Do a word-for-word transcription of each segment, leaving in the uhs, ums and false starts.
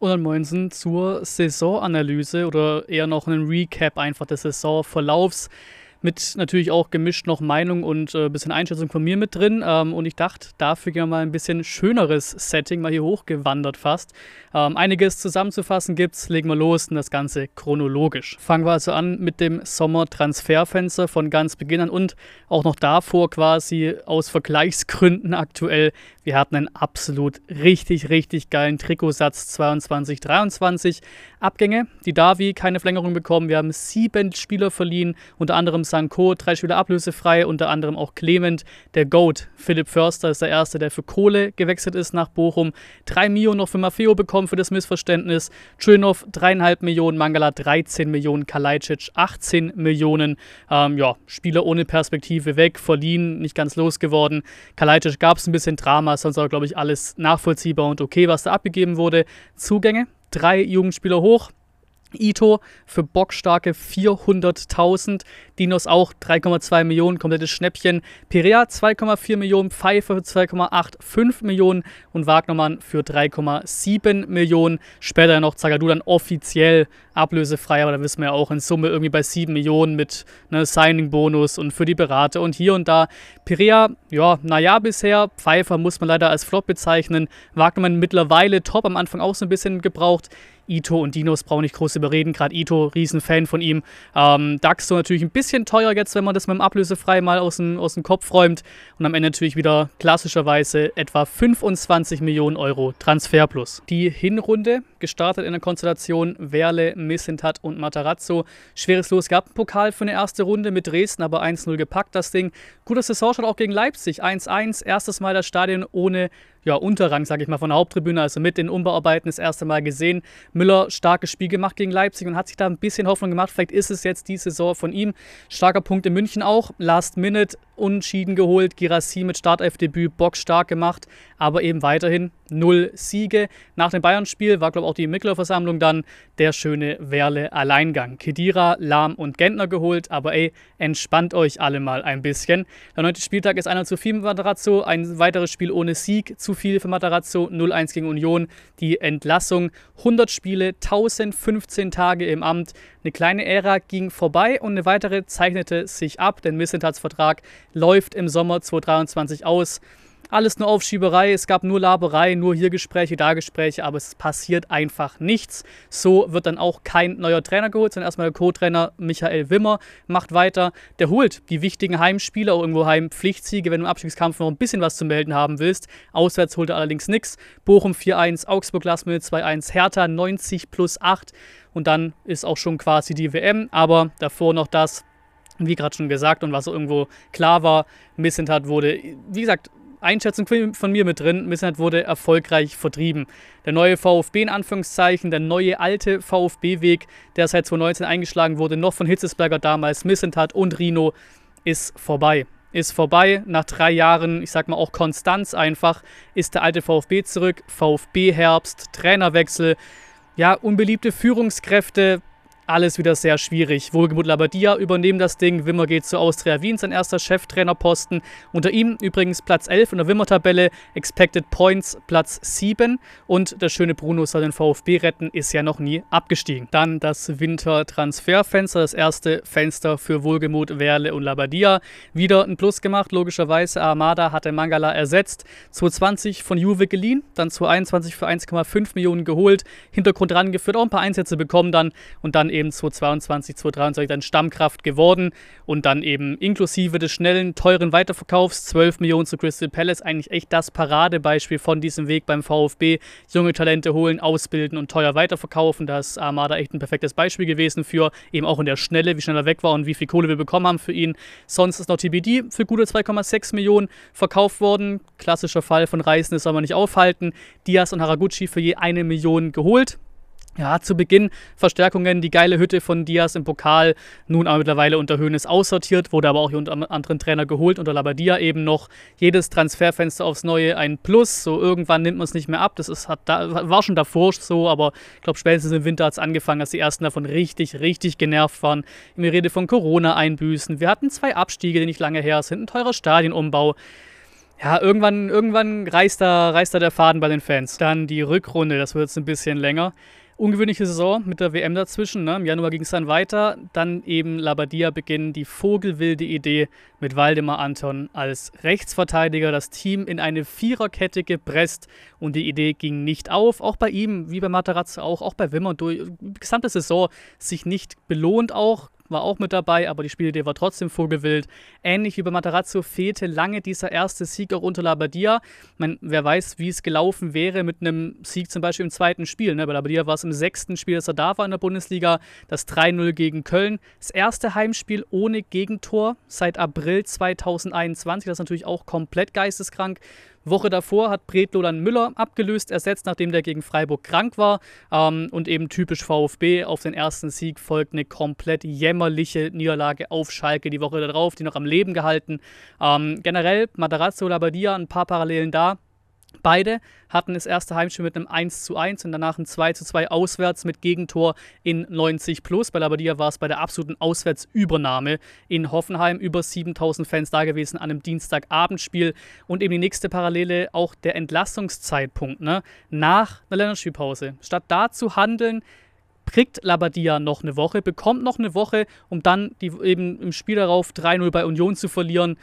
Und dann Moinsen zur Saisonanalyse oder eher noch einen Recap einfach des Saisonverlaufs. Mit natürlich auch gemischt noch Meinung und ein äh, bisschen Einschätzung von mir mit drin. Ähm, und ich dachte, dafür gehen wir mal ein bisschen schöneres Setting, mal hier hochgewandert fast. Ähm, einiges zusammenzufassen gibt's, legen wir los und das Ganze chronologisch. Fangen wir also an mit dem Sommer-Transferfenster von ganz Beginn an und auch noch davor quasi aus Vergleichsgründen aktuell. Wir hatten einen absolut richtig, richtig geilen Trikotsatz zweiundzwanzig dreiundzwanzig. Abgänge, die Davi keine Verlängerung bekommen. Wir haben sieben Spieler verliehen, unter anderem Sanko, drei Spieler ablösefrei, unter anderem auch Clement, der Goat. Philipp Förster ist der Erste, der für Kohle gewechselt ist nach Bochum. Drei Millionen noch für Maffeo bekommen für das Missverständnis. Tschönov dreieinhalb Millionen, Mangala dreizehn Millionen, Kalajdzic achtzehn Millionen. Ähm, ja, Spieler ohne Perspektive weg, verliehen, nicht ganz losgeworden. Kalajdzic gab es ein bisschen Drama, sonst aber, glaube ich, alles nachvollziehbar und okay, was da abgegeben wurde. Zugänge, drei Jugendspieler hoch. Ito für bockstarke vierhunderttausend, Dinos auch drei Komma zwei Millionen, komplettes Schnäppchen, Perea zwei Komma vier Millionen, Pfeiffer für zwei Komma fünfundachtzig Millionen und Wagnermann für drei Komma sieben Millionen. Später noch Zagadou dann offiziell ablösefrei, aber da wissen wir ja auch in Summe irgendwie bei sieben Millionen mit ne, Signing-Bonus und für die Berater und hier und da. Perea, ja, naja bisher, Pfeiffer muss man leider als Flop bezeichnen, Wagnermann mittlerweile top, am Anfang auch so ein bisschen gebraucht. Ito und Dinos brauchen nicht groß überreden, gerade Ito, Riesenfan von ihm. Ähm, Daxo natürlich ein bisschen teuer jetzt, wenn man das mit dem Ablösefrei mal aus dem, aus dem Kopf räumt. Und am Ende natürlich wieder klassischerweise etwa fünfundzwanzig Millionen Euro Transfer plus. Die Hinrunde gestartet in der Konstellation Werle, Mislintat und Matarazzo. Schweres Los gab einen Pokal für eine erste Runde mit Dresden, aber eins null gepackt das Ding. Guter Saisonstart auch gegen Leipzig, eins eins. Erstes Mal das Stadion ohne ja, Unterrang, sage ich mal, von der Haupttribüne, also mit den Umbauarbeiten das erste Mal gesehen. Müller, starkes Spiel gemacht gegen Leipzig und hat sich da ein bisschen Hoffnung gemacht. Vielleicht ist es jetzt die Saison von ihm. Starker Punkt in München auch. Last Minute Unentschieden geholt. Girassi mit Startelfdebüt, bockstark gemacht, aber eben weiterhin null Siege. Nach dem Bayern-Spiel war, glaube ich, auch die Mitgliederversammlung dann der schöne Werle-Alleingang. Khedira, Lahm und Gentner geholt, aber ey, entspannt euch alle mal ein bisschen. Der neunte Spieltag ist einer zu viel mit Matarazzo, ein weiteres Spiel ohne Sieg, zu viel für Matarazzo, null eins gegen Union, die Entlassung, hundert Spiele, tausendfünfzehn Tage im Amt, eine kleine Ära ging vorbei und eine weitere zeichnete sich ab, denn Mislintats Vertrag läuft im Sommer zweitausenddreiundzwanzig aus. Alles nur Aufschieberei, es gab nur Laberei, nur hier Gespräche, da Gespräche, aber es passiert einfach nichts. So wird dann auch kein neuer Trainer geholt, sondern erstmal der Co-Trainer Michael Wimmer macht weiter. Der holt die wichtigen Heimspiele, auch irgendwo Heimpflichtsiege, wenn du im Abstiegskampf noch ein bisschen was zu melden haben willst. Auswärts holt er allerdings nichts. Bochum vier eins, Augsburg Lasmüll zwei eins, Hertha neunzig plus acht und dann ist auch schon quasi die W M, aber davor noch das, wie gerade schon gesagt und was irgendwo klar war, Mislintat wurde, wie gesagt, Einschätzung von mir mit drin. Mislintat wurde erfolgreich vertrieben. Der neue VfB in Anführungszeichen, der neue alte VfB-Weg, der seit zweitausendneunzehn eingeschlagen wurde, noch von Hitzesberger damals, Mislintat und Rino, ist vorbei. Ist vorbei. Nach drei Jahren, ich sag mal auch Konstanz einfach, ist der alte VfB zurück. VfB-Herbst, Trainerwechsel, ja, unbeliebte Führungskräfte, alles wieder sehr schwierig. Wohlgemuth Labadia übernehmen das Ding. Wimmer geht zu Austria Wien, sein erster Cheftrainerposten. Unter ihm übrigens Platz elf in der Wimmer-Tabelle, Expected Points Platz sieben. Und der schöne Bruno soll den VfB retten, ist ja noch nie abgestiegen. Dann das Wintertransferfenster, das erste Fenster für Wohlgemuth, Werle und Labadia. Wieder ein Plus gemacht, logischerweise. Armada hatte Mangala ersetzt. zweitausendzwanzig von Juve geliehen, dann zweitausendeinundzwanzig für eins Komma fünf Millionen geholt. Hintergrund rangeführt, auch ein paar Einsätze bekommen dann und dann eben zweitausendzweiundzwanzig, zweitausenddreiundzwanzig dann Stammkraft geworden und dann eben inklusive des schnellen, teuren Weiterverkaufs, zwölf Millionen zu Crystal Palace, eigentlich echt das Paradebeispiel von diesem Weg beim VfB. Junge Talente holen, ausbilden und teuer weiterverkaufen. Da ist Armada echt ein perfektes Beispiel gewesen für, eben auch in der Schnelle, wie schnell er weg war und wie viel Kohle wir bekommen haben für ihn. Sonst ist noch T B D für gute zwei Komma sechs Millionen verkauft worden. Klassischer Fall von Reisenden soll man nicht aufhalten. Diaz und Haraguchi für je eine Million geholt. Ja, zu Beginn Verstärkungen, die geile Hütte von Diaz im Pokal, nun aber mittlerweile unter Hoeneß aussortiert, wurde aber auch hier unter einem anderen Trainer geholt, unter Labadia eben noch. Jedes Transferfenster aufs Neue ein Plus, so irgendwann nimmt man es nicht mehr ab, das ist, hat da, war schon davor so, aber ich glaube spätestens im Winter hat es angefangen, dass die ersten davon richtig, richtig genervt waren. Wir reden von Corona-Einbüßen, wir hatten zwei Abstiege, die nicht lange her sind, ein teurer Stadionumbau. Ja, irgendwann, irgendwann reißt da, reißt da der Faden bei den Fans. Dann die Rückrunde, das wird jetzt ein bisschen länger. Ungewöhnliche Saison mit der W M dazwischen. Ne? Im Januar ging es dann weiter. Dann eben Labadia beginnen die vogelwilde Idee mit Waldemar Anton als Rechtsverteidiger. Das Team in eine Viererkette gepresst und die Idee ging nicht auf. Auch bei ihm, wie bei Matarazzo auch, auch bei Wimmer, durch die gesamte Saison sich nicht belohnt auch. War auch mit dabei, aber die Spielidee war trotzdem vogelwild. Ähnlich wie bei Matarazzo fehlte lange dieser erste Sieg auch unter Labadia. Ich meine, wer weiß, wie es gelaufen wäre mit einem Sieg zum Beispiel im zweiten Spiel. Ne? Bei Labadia war es im sechsten Spiel, dass er da war in der Bundesliga. Das drei null gegen Köln. Das erste Heimspiel ohne Gegentor seit April zweitausendeinundzwanzig. Das ist natürlich auch komplett geisteskrank. Woche davor hat Bredlo dann Müller abgelöst, ersetzt, nachdem der gegen Freiburg krank war. Ähm, und eben typisch VfB, auf den ersten Sieg folgt eine komplett jämmerliche Niederlage auf Schalke die Woche darauf, die noch am Leben gehalten. Ähm, generell Matarazzo, Labadia, ein paar Parallelen da. Beide hatten das erste Heimspiel mit einem eins zu eins und danach ein zwei zu zwei auswärts mit Gegentor in neunzig plus. Bei Labadia war es bei der absoluten Auswärtsübernahme in Hoffenheim. Über siebentausend Fans da gewesen an einem Dienstagabendspiel. Und eben die nächste Parallele, auch der Entlassungszeitpunkt, ne? Nach einer Länderspielpause. Statt da zu handeln, kriegt Labadia noch eine Woche, bekommt noch eine Woche, um dann die, eben im Spiel darauf drei null bei Union zu verlieren.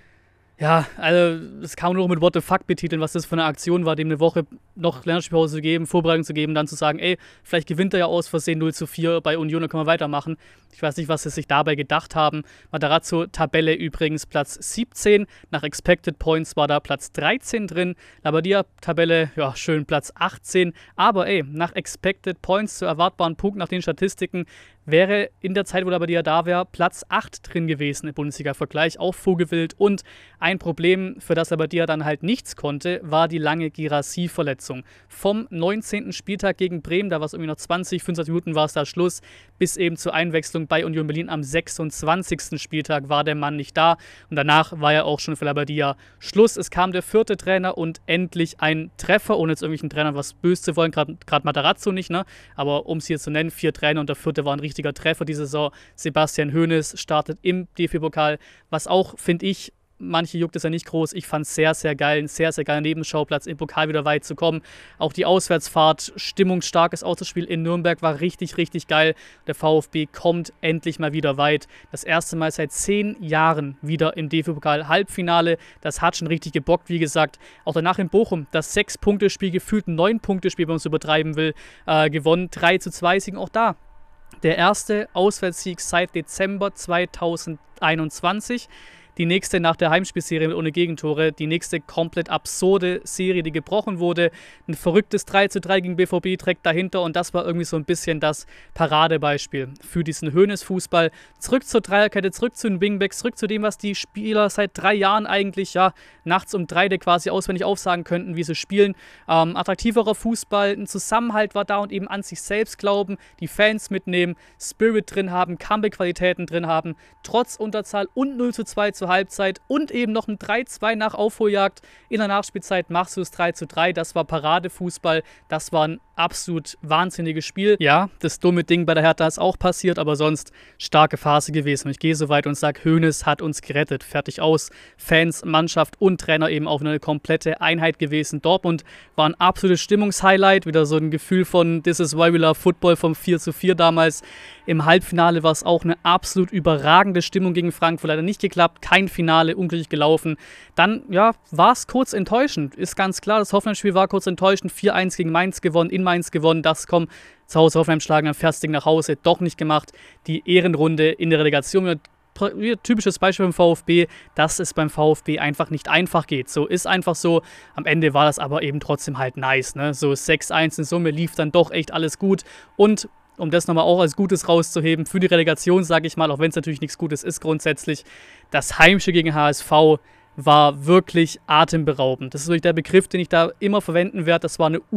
Ja, also das kann man nur mit What the fuck betiteln, was das für eine Aktion war, dem eine Woche noch Länderspielpause zu geben, Vorbereitung zu geben, dann zu sagen, ey, vielleicht gewinnt er ja aus Versehen null zu vier bei Union, dann können wir weitermachen. Ich weiß nicht, was sie sich dabei gedacht haben. Matarazzo, Tabelle übrigens Platz siebzehn, nach Expected Points war da Platz dreizehn drin. Labadia, Tabelle, ja, schön Platz achtzehn, aber ey, nach Expected Points zu erwartbaren Punkten nach den Statistiken wäre in der Zeit, wo Labadia da wäre, Platz acht drin gewesen im Bundesliga-Vergleich, auch vogelwild. Und ein Problem, für das Labadia dann halt nichts konnte, war die lange Girassi-Verletzung. Vom neunzehnten Spieltag gegen Bremen, da war es irgendwie noch zwanzig, fünfundzwanzig Minuten war es da Schluss, bis eben zur Einwechslung bei Union Berlin am sechsundzwanzigsten Spieltag war der Mann nicht da. Und danach war ja auch schon für Labadia Schluss. Es kam der vierte Trainer und endlich ein Treffer, ohne jetzt irgendwelchen Trainern was böse zu wollen, gerade Matarazzo nicht, ne? Aber um es hier zu nennen, vier Trainer und der vierte war ein richtiger Treffer diese Saison. Sebastian Hoeneß startet im D F B-Pokal, was auch, finde ich, manche juckt es ja nicht groß. Ich fand es sehr, sehr geil. Ein sehr, sehr geiler Nebenschauplatz, im Pokal wieder weit zu kommen. Auch die Auswärtsfahrt, stimmungsstarkes Auswärtsspiel in Nürnberg war richtig, richtig geil. Der VfB kommt endlich mal wieder weit. Das erste Mal seit zehn Jahren wieder im D F B-Pokal Halbfinale. Das hat schon richtig gebockt, wie gesagt. Auch danach in Bochum, das sechs-Punkte-Spiel, gefühlt ein neun-Punkte-Spiel, wenn man es übertreiben will, äh, gewonnen. drei zu zwei Siegen auch da. Der erste Auswärtssieg seit Dezember zweitausendeinundzwanzig. Die nächste nach der Heimspielserie ohne Gegentore, die nächste komplett absurde Serie, die gebrochen wurde. Ein verrücktes drei zu drei gegen B V B trägt dahinter und das war irgendwie so ein bisschen das Paradebeispiel für diesen Hoeneß-Fußball. Zurück zur Dreierkette, zurück zu den Wingbacks, zurück zu dem, was die Spieler seit drei Jahren eigentlich ja nachts um drei quasi auswendig aufsagen könnten, wie sie spielen. Ähm, attraktiverer Fußball, ein Zusammenhalt war da und eben an sich selbst glauben, die Fans mitnehmen, Spirit drin haben, Comeback-Qualitäten drin haben, trotz Unterzahl und null zu zwei zur Halbzeit und eben noch ein drei zwei nach Aufholjagd. In der Nachspielzeit machst du es drei zu drei. Das war Paradefußball. Das war ein absolut wahnsinniges Spiel. Ja, das dumme Ding bei der Hertha ist auch passiert, aber sonst starke Phase gewesen. Und ich gehe so weit und sage, Hoeneß hat uns gerettet. Fertig aus. Fans, Mannschaft und Trainer eben auf eine komplette Einheit gewesen. Dortmund war ein absolutes Stimmungshighlight. Wieder so ein Gefühl von This is why we love football vom vier zu vier damals. Im Halbfinale war es auch eine absolut überragende Stimmung gegen Frankfurt. Leider nicht geklappt. Kein Finale, unglücklich gelaufen. Dann, ja, war es kurz enttäuschend. Ist ganz klar, das Hoffenheim-Spiel war kurz enttäuschend. vier eins gegen Mainz gewonnen, in Mainz gewonnen. Das kommt zu Hause Hoffenheim schlagen, dann fährst du nach Hause. Doch nicht gemacht. Die Ehrenrunde in der Relegation. Typisches Beispiel beim VfB, dass es beim VfB einfach nicht einfach geht. So ist einfach so. Am Ende war das aber eben trotzdem halt nice. Ne? So sechs eins in Summe lief dann doch echt alles gut. Und um das nochmal auch als Gutes rauszuheben, für die Relegation, sage ich mal, auch wenn es natürlich nichts Gutes ist grundsätzlich, das Heimspiel gegen H S V war wirklich atemberaubend. Das ist wirklich der Begriff, den ich da immer verwenden werde. Das war eine unfassbare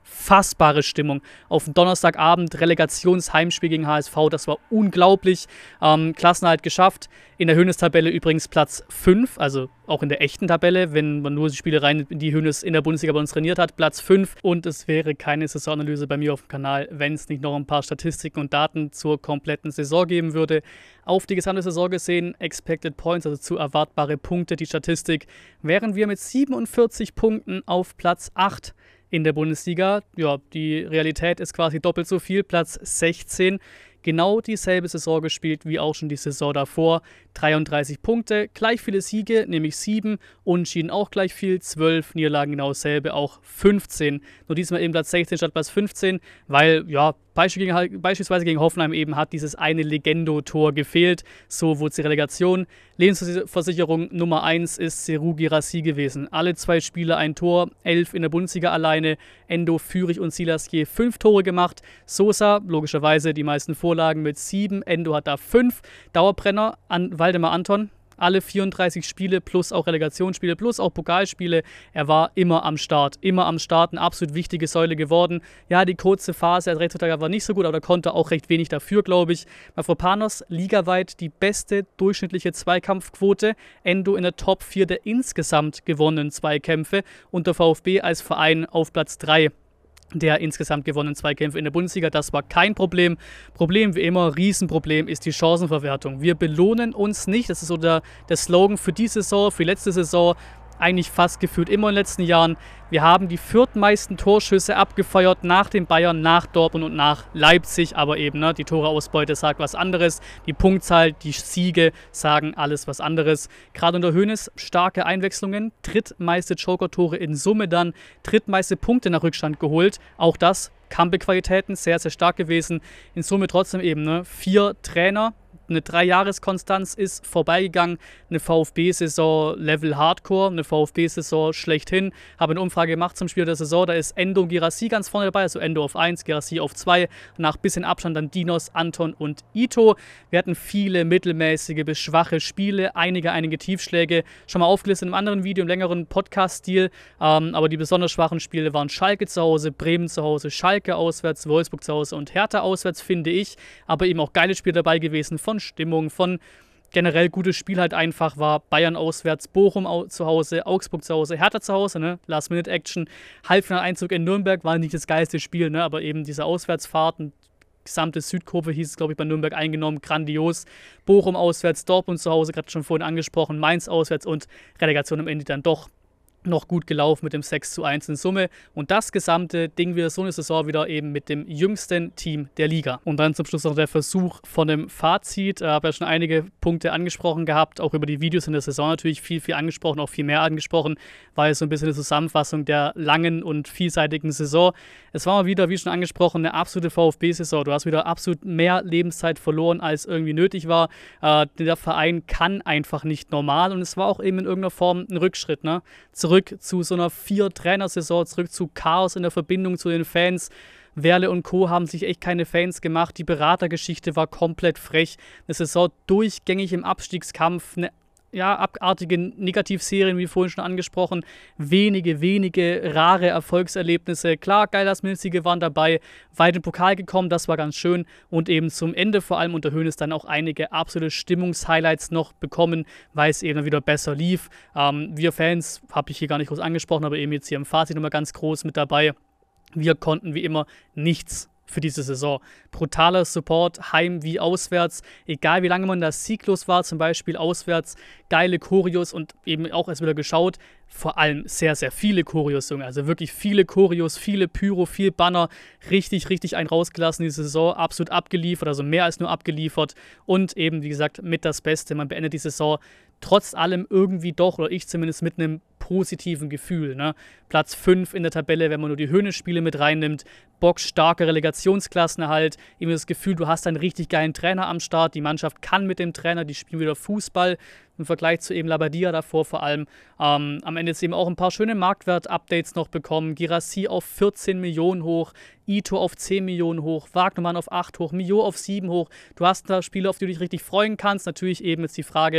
unfassbare Stimmung. Auf dem Donnerstagabend Relegationsheimspiel gegen H S V, das war unglaublich. Ähm, Klassenerhalt geschafft. In der Hoeneß-Tabelle übrigens Platz fünf, also auch in der echten Tabelle, wenn man nur die Spiele rein, die Hoeneß in der Bundesliga bei uns trainiert hat, Platz fünf. Und es wäre keine Saisonanalyse bei mir auf dem Kanal, wenn es nicht noch ein paar Statistiken und Daten zur kompletten Saison geben würde. Auf die gesamte Saison gesehen, Expected Points, also zu erwartbare Punkte, die Statistik, wären wir mit siebenundvierzig Punkten auf Platz acht in der Bundesliga. Ja, die Realität ist quasi doppelt so viel, Platz sechzehn. Genau dieselbe Saison gespielt wie auch schon die Saison davor. dreiunddreißig Punkte, gleich viele Siege, nämlich sieben, Unentschieden auch gleich viel, zwölf, Niederlagen genau dasselbe, auch fünfzehn. Nur diesmal eben Platz sechzehn statt Platz fünfzehn, weil ja, beispielsweise gegen Hoffenheim eben hat dieses eine Legendo-Tor gefehlt. So wurde die Relegation. Lebensversicherung Nummer eins ist Serhou Guirassy gewesen. Alle zwei Spiele ein Tor, elf in der Bundesliga alleine. Endo, Führig und Silas je fünf Tore gemacht. Sosa, logischerweise die meisten Vorlagen mit sieben. Endo hat da fünf. Dauerbrenner an Waldemar Anton. Alle vierunddreißig Spiele plus auch Relegationsspiele plus auch Pokalspiele. Er war immer am Start. Immer am Start. Eine absolut wichtige Säule geworden. Ja, die kurze Phase als Rechtsverteidiger war nicht so gut, aber da konnte auch recht wenig dafür, glaube ich. Mavropanos ligaweit die beste durchschnittliche Zweikampfquote. Endo in der Top vier der insgesamt gewonnenen Zweikämpfe. Und der VfB als Verein auf Platz drei. Der insgesamt gewonnenen Zweikämpfe in der Bundesliga. Das war kein Problem. Problem wie immer, Riesenproblem ist die Chancenverwertung. Wir belohnen uns nicht. Das ist so der, der Slogan für die Saison, für die letzte Saison. Eigentlich fast gefühlt immer in den letzten Jahren. Wir haben die viertmeisten Torschüsse abgefeuert nach den Bayern, nach Dortmund und nach Leipzig. Aber eben, ne, die Toreausbeute sagt was anderes. Die Punktzahl, die Siege sagen alles was anderes. Gerade unter Hoeneß starke Einwechslungen. Drittmeiste Joker-Tore in Summe dann. Drittmeiste Punkte nach Rückstand geholt. Auch das, Comeback-Qualitäten, sehr, sehr stark gewesen. In Summe trotzdem eben ne, vier Trainer. Eine Drei-Jahres-Konstanz ist vorbeigegangen. Eine VfB-Saison Level Hardcore, eine VfB-Saison schlechthin. Habe eine Umfrage gemacht zum Spiel der Saison. Da ist Endo und Guirassy ganz vorne dabei. Also Endo auf eins, Guirassy auf zwei. Nach bisschen Abstand dann Dinos, Anton und Ito. Wir hatten viele mittelmäßige bis schwache Spiele. Einige, einige Tiefschläge. Schon mal aufgelistet in einem anderen Video, im längeren Podcast-Stil. Ähm, aber die besonders schwachen Spiele waren Schalke zu Hause, Bremen zu Hause, Schalke auswärts, Wolfsburg zu Hause und Hertha auswärts, finde ich. Aber eben auch geile Spiele dabei gewesen von Stimmung, von generell gutes Spiel halt einfach war. Bayern auswärts, Bochum au zu Hause, Augsburg zu Hause, Hertha zu Hause, ne? Last-Minute-Action. Halbfinaleinzug in Nürnberg war nicht das geilste Spiel, ne? Aber eben diese Auswärtsfahrten, gesamte Südkurve hieß es, glaube ich, bei Nürnberg eingenommen, grandios. Bochum auswärts, Dortmund zu Hause, gerade schon vorhin angesprochen, Mainz auswärts und Relegation am Ende dann doch noch gut gelaufen mit dem sechs zu eins in Summe. Und das gesamte Ding wieder so eine Saison wieder eben mit dem jüngsten Team der Liga. Und dann zum Schluss noch der Versuch von dem Fazit. Ich habe ja schon einige Punkte angesprochen gehabt, auch über die Videos in der Saison natürlich viel, viel angesprochen, auch viel mehr angesprochen. War jetzt so ein bisschen eine Zusammenfassung der langen und vielseitigen Saison. Es war mal wieder, wie schon angesprochen, eine absolute VfB-Saison. Du hast wieder absolut mehr Lebenszeit verloren, als irgendwie nötig war. Äh, der Verein kann einfach nicht normal und es war auch eben in irgendeiner Form ein Rückschritt, ne? Zurück zu so einer Vier-Trainer-Saison, zurück zu Chaos in der Verbindung zu den Fans. Werle und Co. haben sich echt keine Fans gemacht. Die Beratergeschichte war komplett frech. Eine Saison durchgängig im Abstiegskampf. Eine ja, abartige Negativserien, wie vorhin schon angesprochen. Wenige, wenige rare Erfolgserlebnisse. Klar, Geilersminzige waren dabei. Weit im Pokal gekommen, das war ganz schön. Und eben zum Ende, vor allem unter Hoeneß, dann auch einige absolute Stimmungshighlights noch bekommen, weil es eben wieder besser lief. Ähm, wir Fans, habe ich hier gar nicht groß angesprochen, aber eben jetzt hier im Fazit nochmal ganz groß mit dabei. Wir konnten wie immer nichts für diese Saison. Brutaler Support, heim wie auswärts, egal wie lange man da sieglos war, zum Beispiel auswärts, geile Choreos und eben auch erst wieder geschaut, vor allem sehr, sehr viele Choreos, Junge, also wirklich viele Choreos, viele Pyro, viel Banner, richtig, richtig einen rausgelassen diese Saison, absolut abgeliefert, also mehr als nur abgeliefert und eben, wie gesagt, mit das Beste, man beendet die Saison trotz allem irgendwie doch, oder ich zumindest mit einem positiven Gefühl. Ne? Platz fünf in der Tabelle, wenn man nur die Hoeneß-Spiele mit reinnimmt. Bockstarke Relegationsklassenerhalt. Eben das Gefühl, du hast einen richtig geilen Trainer am Start. Die Mannschaft kann mit dem Trainer, die spielen wieder Fußball. Im Vergleich zu eben Labadia davor vor allem. Ähm, am Ende jetzt eben auch ein paar schöne Marktwert-Updates noch bekommen. Guirassy auf vierzehn Millionen hoch, Ito auf zehn Millionen hoch, Wagnermann auf acht hoch, Mio auf sieben hoch. Du hast da Spiele, auf die du dich richtig freuen kannst. Natürlich eben jetzt die Frage,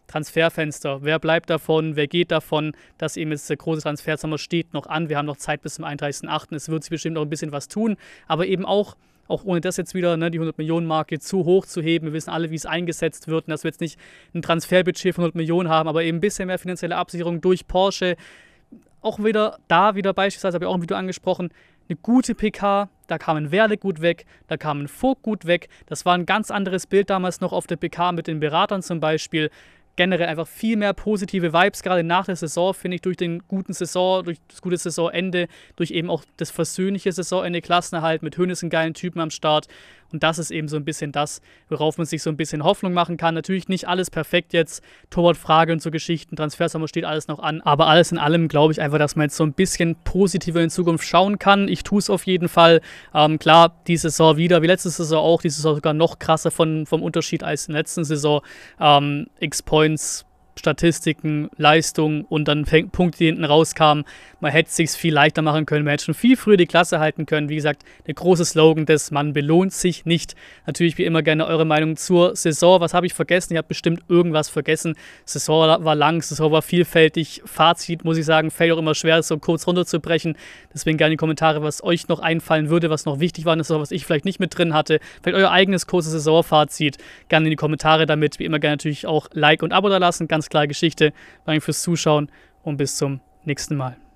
Transferfenster. Wer bleibt davon? Wer geht davon? Dass eben jetzt der große Transfersommer steht noch an. Wir haben noch Zeit bis zum einunddreißigsten achten Es wird sich bestimmt noch ein bisschen was tun, aber eben auch Auch ohne das jetzt wieder, ne, die hundert-Millionen-Marke zu hoch zu heben. Wir wissen alle, wie es eingesetzt wird und dass wir jetzt nicht ein Transferbudget von hundert Millionen haben, aber eben ein bisschen mehr finanzielle Absicherung durch Porsche. Auch wieder da, wieder beispielsweise, habe ich auch im Video angesprochen, eine gute P K, da kam ein Werle gut weg, da kam ein Vogt gut weg. Das war ein ganz anderes Bild damals noch auf der P K mit den Beratern zum Beispiel. Generell einfach viel mehr positive Vibes, gerade nach der Saison, finde ich, durch den guten Saison, durch das gute Saisonende, durch eben auch das versöhnliche Saisonende, Klassenerhalt mit Hoeneß, einen geilen Typen am Start. Und das ist eben so ein bisschen das, worauf man sich so ein bisschen Hoffnung machen kann. Natürlich nicht alles perfekt jetzt, Torwartfrage und so Geschichten, Transfersommer steht alles noch an. Aber alles in allem glaube ich einfach, dass man jetzt so ein bisschen positiver in Zukunft schauen kann. Ich tue es auf jeden Fall. Ähm, klar, die Saison wieder, wie letzte Saison auch, die Saison sogar noch krasser von, vom Unterschied als in der letzten Saison. Ähm, X-Points, Statistiken, Leistung und dann Punkte, die hinten rauskamen. Man hätte es sich viel leichter machen können, man hätte schon viel früher die Klasse halten können. Wie gesagt, der große Slogan des Man belohnt sich nicht. Natürlich wie immer gerne eure Meinung zur Saison. Was habe ich vergessen? Ich habe bestimmt irgendwas vergessen. Saison war lang, Saison war vielfältig. Fazit, muss ich sagen, fällt auch immer schwer, so kurz runterzubrechen. Deswegen gerne in die Kommentare, was euch noch einfallen würde, was noch wichtig war in der Saison, was ich vielleicht nicht mit drin hatte. Vielleicht euer eigenes kurzes Saisonfazit. Gerne in die Kommentare damit. Wie immer gerne natürlich auch Like und Abo da lassen. Ganz klare Geschichte. Danke fürs Zuschauen und bis zum nächsten Mal.